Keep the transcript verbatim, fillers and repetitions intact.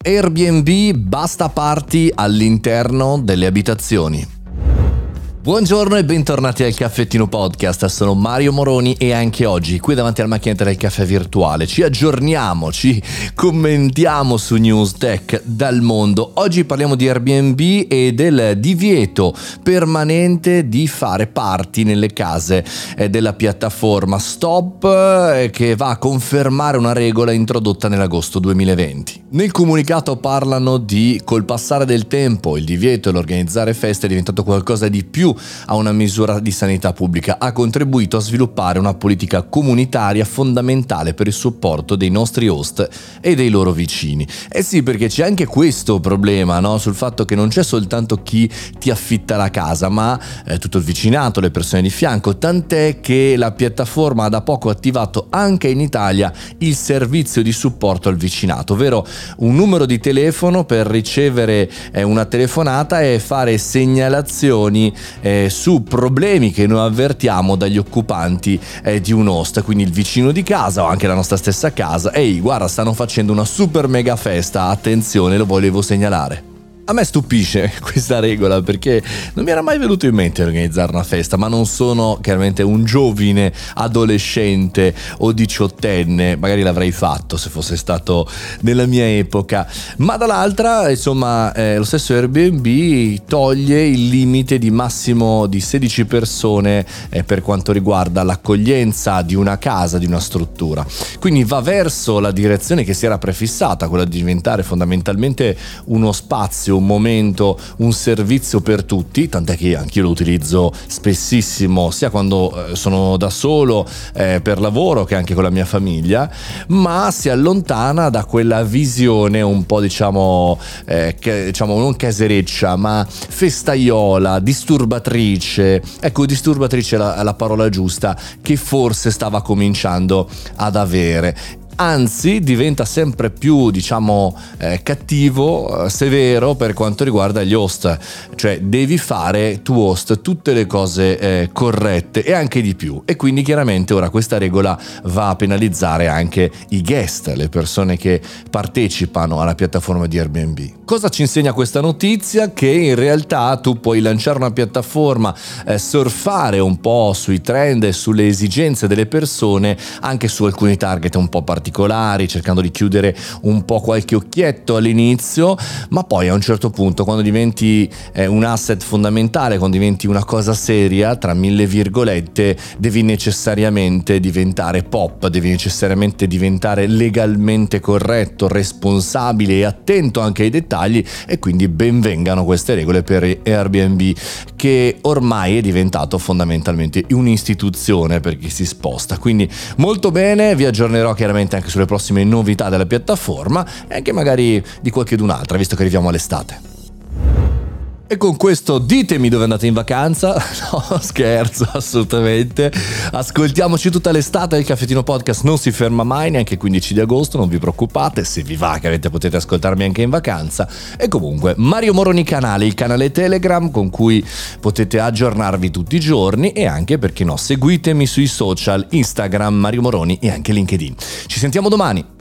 Airbnb basta party all'interno delle abitazioni. Buongiorno e bentornati al Caffettino Podcast, sono Mario Moroni e anche oggi qui davanti alla macchinetta del caffè virtuale ci aggiorniamo, ci commentiamo su news tech dal mondo. Oggi parliamo di Airbnb e del divieto permanente di fare party nelle case della piattaforma Stop, che va a confermare una regola introdotta nell'agosto duemilaventi. Nel comunicato parlano di col passare del tempo il divieto e l'organizzare feste è diventato qualcosa di più a una misura di sanità pubblica, ha contribuito a sviluppare una politica comunitaria fondamentale per il supporto dei nostri host e dei loro vicini. Eh sì, perché c'è anche questo problema, no? Sul fatto che non c'è soltanto chi ti affitta la casa, ma eh, tutto il vicinato, le persone di fianco, tant'è che la piattaforma ha da poco attivato anche in Italia il servizio di supporto al vicinato, ovvero un numero di telefono per ricevere eh, una telefonata e fare segnalazioni Eh, su problemi che noi avvertiamo dagli occupanti eh, di un host, quindi il vicino di casa o anche la nostra stessa casa. Ehi, guarda, stanno facendo una super mega festa, attenzione, lo volevo segnalare. A me stupisce questa regola perché non mi era mai venuto in mente organizzare una festa, ma non sono chiaramente un giovine adolescente o diciottenne, magari l'avrei fatto se fosse stato nella mia epoca, ma dall'altra insomma eh, lo stesso Airbnb toglie il limite di massimo di sedici persone eh, per quanto riguarda l'accoglienza di una casa, di una struttura, quindi va verso la direzione che si era prefissata, quella di diventare fondamentalmente uno spazio, un momento, un servizio per tutti, tant'è che anch'io lo utilizzo spessissimo sia quando sono da solo eh, per lavoro che anche con la mia famiglia, ma si allontana da quella visione un po' diciamo eh, che, diciamo non casereccia ma festaiola, disturbatrice, ecco disturbatrice è la, la parola giusta, che forse stava cominciando ad avere. Anzi, diventa sempre più, diciamo, eh, cattivo, eh, severo per quanto riguarda gli host. Cioè, devi fare tu host tutte le cose eh, corrette e anche di più. E quindi chiaramente ora questa regola va a penalizzare anche i guest, le persone che partecipano alla piattaforma di Airbnb. Cosa ci insegna questa notizia? Che in realtà tu puoi lanciare una piattaforma, eh, surfare un po' sui trend e sulle esigenze delle persone, anche su alcuni target un po' particolari, particolari, cercando di chiudere un po' qualche occhietto all'inizio, ma poi a un certo punto, quando diventi eh, un asset fondamentale, quando diventi una cosa seria, tra mille virgolette, devi necessariamente diventare pop, devi necessariamente diventare legalmente corretto, responsabile e attento anche ai dettagli, e quindi benvengano queste regole per Airbnb, che ormai è diventato fondamentalmente un'istituzione per chi si sposta. Quindi molto bene, vi aggiornerò chiaramente anche sulle prossime novità della piattaforma e anche magari di qualchedun'altra, visto che arriviamo all'estate. E con questo ditemi dove andate in vacanza. No, scherzo, assolutamente. Ascoltiamoci tutta l'estate. Il Caffettino Podcast non si ferma mai, neanche il quindici di agosto, non vi preoccupate, se vi va chiaramente potete ascoltarmi anche in vacanza. E comunque Mario Moroni Canale, il canale Telegram con cui potete aggiornarvi tutti i giorni, e anche, perché no, seguitemi sui social, Instagram Mario Moroni e anche LinkedIn. Ci sentiamo domani.